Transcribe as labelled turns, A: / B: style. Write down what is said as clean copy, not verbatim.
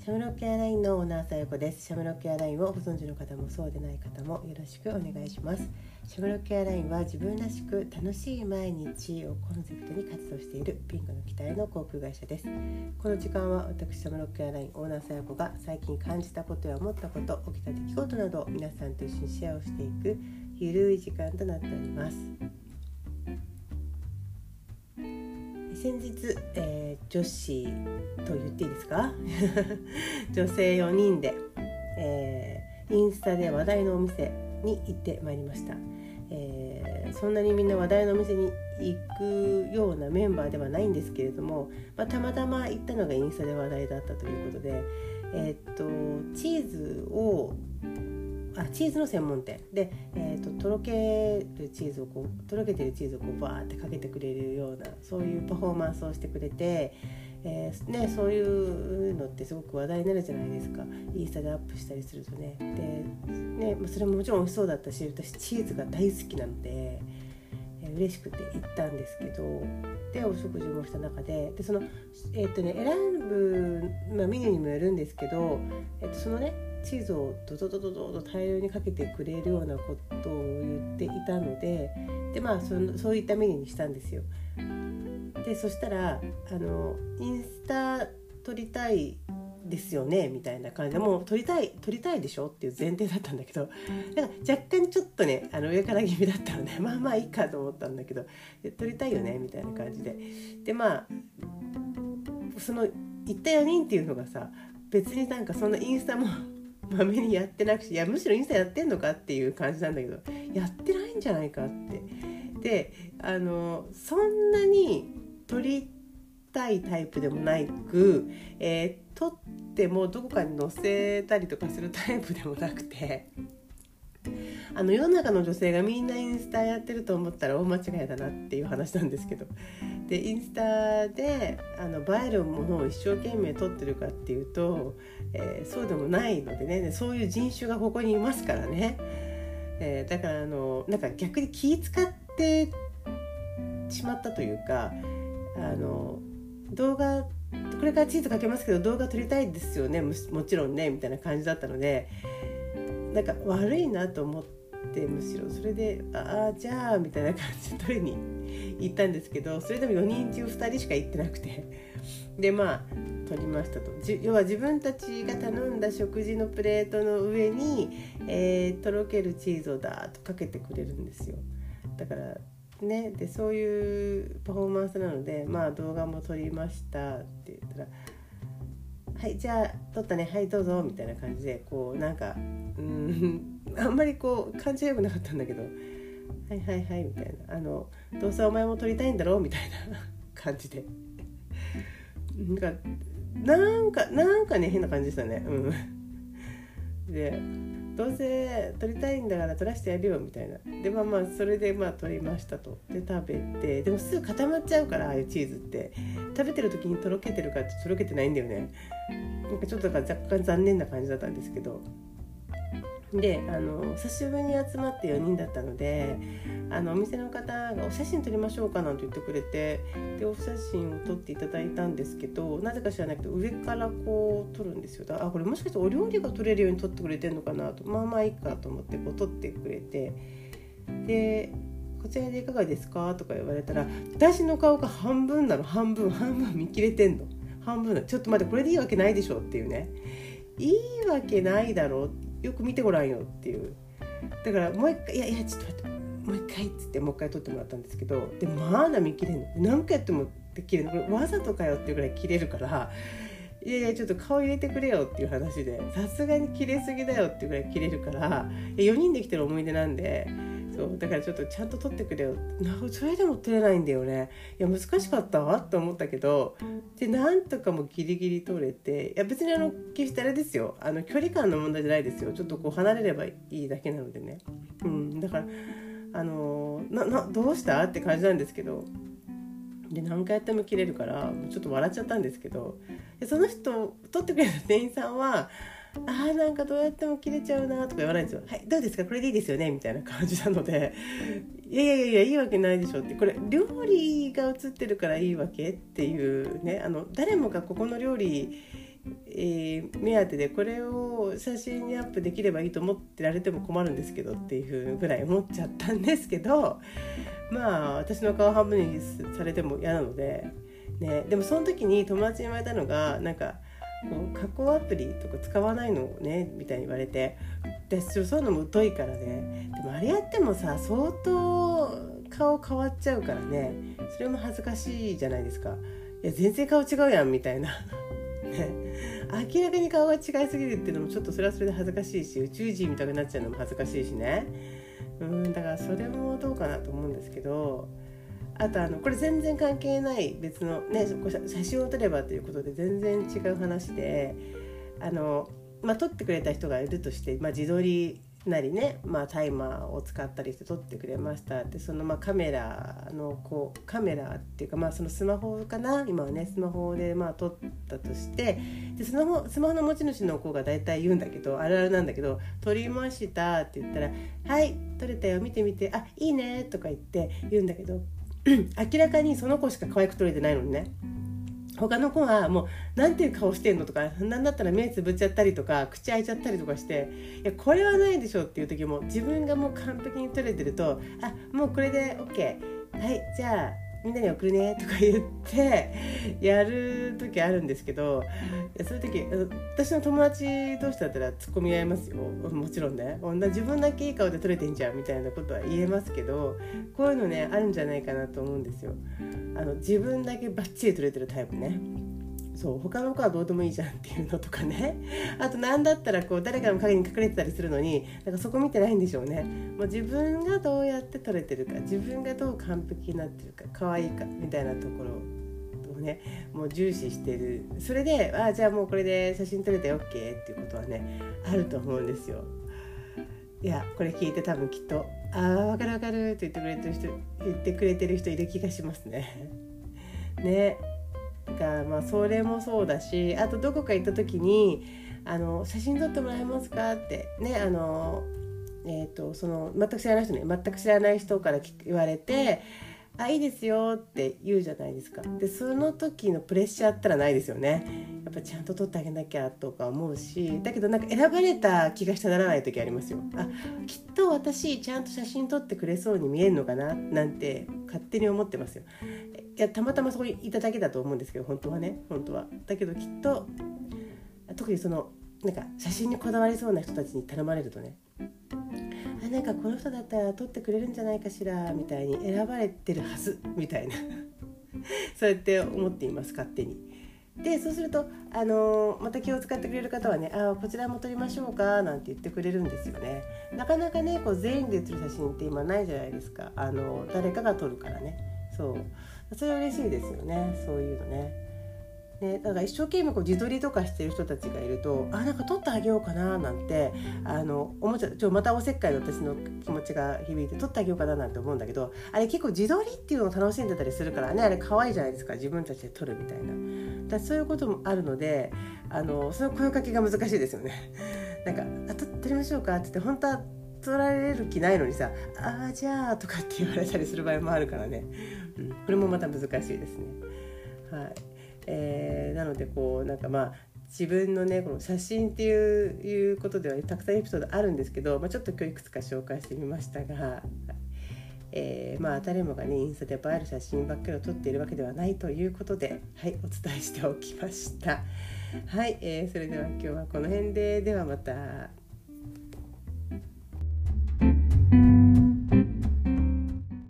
A: シャムロックエアラインのオーナーさよこです。シャムロックエアラインをご存知の方もそうでない方もよろしくお願いします。シャムロックエアラインは自分らしく楽しい毎日をコンセプトに活動しているピンクの機体の航空会社です。この時間は私シャムロックエアラインオーナーさよこが最近感じたことや思ったこと、起きた出来事などを皆さんと一緒にシェアをしていくゆるい時間となっております。先日、女子と言っていいですか女性4人で、インスタで話題のお店に行ってまいりました。そんなにみんな話題のお店に行くようなメンバーではないんですけれども、たまたま行ったのがインスタで話題だったということで、チーズの専門店で、とろけてるチーズをバーってかけてくれるようなそういうパフォーマンスをしてくれて、そういうのってすごく話題になるじゃないですか。インスタでアップしたりするとね。で、それももちろん美味しそうだったし、私チーズが大好きなので、嬉しくて行ったんですけど、でお食事もした中で、その選ぶ、メニューにもよるんですけど、そのねチーズをドドドドドと大量にかけてくれるようなことを言っていたので、そういったメニューにしたんですよ。でそしたらインスタ撮りたいですよねみたいな感じで、もう撮りたいでしょっていう前提だったんだけど、だから若干ちょっとね上から気味だったので、まあいいかと思ったんだけど、撮りたいよねみたいな感じで、その行った4人っていうのがさ、別になんかそんなインスタもまめにやってなくて、むしろインスタやってんのかっていう感じなんだけど、やってないんじゃないかって。でそんなに撮りたいタイプでもないく、撮ってもどこかに載せたりとかするタイプでもなくて、世の中の女性がみんなインスタやってると思ったら大間違いだなっていう話なんですけど、でインスタで映えるものを一生懸命撮ってるかっていうと、そうでもないのでね、そういう人種がここにいますからね、だからなんか逆に気使ってしまったというか、動画これからチーズかけますけど動画撮りたいですよね、もちろんねみたいな感じだったので、なんか悪いなと思って、むしろそれでじゃあみたいな感じで撮りに行ったんですけど、それでも4人中2人しか行ってなくて、で撮りましたと。要は自分たちが頼んだ食事のプレートの上に、とろけるチーズをダーッとかけてくれるんですよ。だからね、でそういうパフォーマンスなので、動画も撮りましたって言ったら、はいじゃあ撮ったね、はいどうぞみたいな感じで、なんかあんまり感じが良くなかったんだけど、はいみたいな、どうせお前も撮りたいんだろうみたいな感じで、なんかね変な感じでしたね。でどうせ撮りたいんだから撮らせてやるよみたいな。でそれで撮りましたと。で食べて、でもすぐ固まっちゃうから、ああいうチーズって食べてる時にとろけてるかってとろけてないんだよね。なんかちょっとだから若干残念な感じだったんですけど、で久しぶりに集まって4人だったので、お店の方がお写真撮りましょうかなんて言ってくれて、でお写真を撮っていただいたんですけど、なぜか知らなくて上から撮るんですよ。これもしかしてお料理が撮れるように撮ってくれてるのかなと、いいかと思って撮ってくれて、でこちらでいかがですかとか言われたら、私の顔が半分なの、半分見切れてんの、半分なの。ちょっと待って、これでいいわけないでしょっていうね、いいわけないだろう、よく見てごらんよっていう。だからもう一回、いやちょっと待って、もう一回っつってもう一回撮ってもらったんですけど、で見切れんの、何回やってもできるの、これわざとかよっていうぐらい切れるから、いやちょっと顔入れてくれよっていう話で、さすがに切れすぎだよっていうぐらい切れるから、4人で来てる思い出なんで、そうだからちょっとちゃんと撮ってくれよ。それでも撮れないんだよね。いや難しかったわと思ったけど、でなんとかもギリギリ撮れて、いや別に決してあれですよ、距離感の問題じゃないですよ。ちょっと離れればいいだけなのでね。だからどうしたって感じなんですけど、で何回やっても切れるからもうちょっと笑っちゃったんですけど、でその人撮ってくれた店員さんはなんかどうやっても切れちゃうなとか言わないんですよ。はいどうですか、これでいいですよねみたいな感じなので、いやいいわけないでしょって、これ料理が映ってるからいいわけっていうね、誰もがここの料理目当てでこれを写真にアップできればいいと思ってられても困るんですけどっていうぐらい思っちゃったんですけど、まあ私の顔半分にされても嫌なので、ね、でもその時に友達に言われたのがなんかこう加工アプリとか使わないのねみたいに言われて、でそういうのも疎いからね。でもあれやってもさ相当顔変わっちゃうからね、それも恥ずかしいじゃないですか。いや全然顔違うやんみたいなね、明らかに顔が違いすぎるっていうのもちょっとそれはそれで恥ずかしいし、宇宙人みたいになっちゃうのも恥ずかしいしね、だからそれもどうかなと思うんですけど、あとこれ全然関係ない別のね写真を撮ればということで全然違う話で、撮ってくれた人がいるとして、自撮りなりね、タイマーを使ったりして撮ってくれましたって、そのカメラっていうかそのスマホかな、今はねスマホで撮ったとして、でスマホの持ち主の子が大体言うんだけど、あるあるなんだけど、撮りましたって言ったらはい撮れたよ見てみて、あいいねとか言うんだけど明らかにその子しか可愛く撮れてないのにね、他の子はもうなんていう顔してんのとか、なんだったら目つぶっちゃったりとか口開いちゃったりとかして、いやこれはないでしょっていう時も、自分がもう完璧に撮れてると、あもうこれで OK、 はいじゃあみんなに送るねとか言ってやる時あるんですけど、そういう時私の友達同士だったらツッコミ合いますよ、もちろんね、自分だけいい顔で撮れてんじゃんみたいなことは言えますけど、こういうのねあるんじゃないかなと思うんですよ。自分だけバッチリ撮れてるタイプね、そう他の子はどうでもいいじゃんっていうのとかね、あと何だったら誰かの影に隠れてたりするのになんかそこ見てないんでしょうね。もう自分がどうやって撮れてるか、自分がどう完璧になってるか可愛いかみたいなところをねもう重視してる。それでじゃあもうこれで写真撮れて OK っていうことはねあると思うんですよ。いやこれ聞いて多分きっと分かる分かるって言ってくれてる人いる気がしますね。ね。それもそうだし、あとどこか行った時に写真撮ってもらえますかってね、その全く知らない人から言われて、いいですよって言うじゃないですか。でその時のプレッシャーったらないですよね。やっぱちゃんと撮ってあげなきゃとか思うし、だけどなんか選ばれた気がしてならない時ありますよ。きっと私ちゃんと写真撮ってくれそうに見えるのかななんて勝手に思ってますよ。いやたまたまそこにいただけだと思うんですけど、本当はだけどきっと特になんか写真にこだわりそうな人たちに頼まれるとね、なんかこの人だったら撮ってくれるんじゃないかしらみたいに選ばれてるはずみたいなそうやって思っています、勝手に。でそうすると、また気を使ってくれる方はね、こちらも撮りましょうかなんて言ってくれるんですよね。なかなかね全員で写る写真って今ないじゃないですか。誰かが撮るからね。それは嬉しいですよね、そういうのね。だから一生懸命自撮りとかしてる人たちがいると、なんか撮ってあげようかななんて思っちゃう。またおせっかいの私の気持ちが響いて撮ってあげようかななんて思うんだけど、あれ結構自撮りっていうのを楽しんでたりするからね、あれ可愛いじゃないですか、自分たちで撮るみたいな。だそういうこともあるので、その声かけが難しいですよね。なんか撮りましょうかって言って本当は撮られる気ないのにさ、じゃあとかって言われたりする場合もあるからね、これもまた難しいですね。はい。なので自分のねこの写真っていうことではたくさんエピソードあるんですけど、ちょっと今日いくつか紹介してみましたが、誰もがねインスタで映える写真ばっかりを撮っているわけではないということで、お伝えしておきました。それでは今日はこの辺で、ではまた。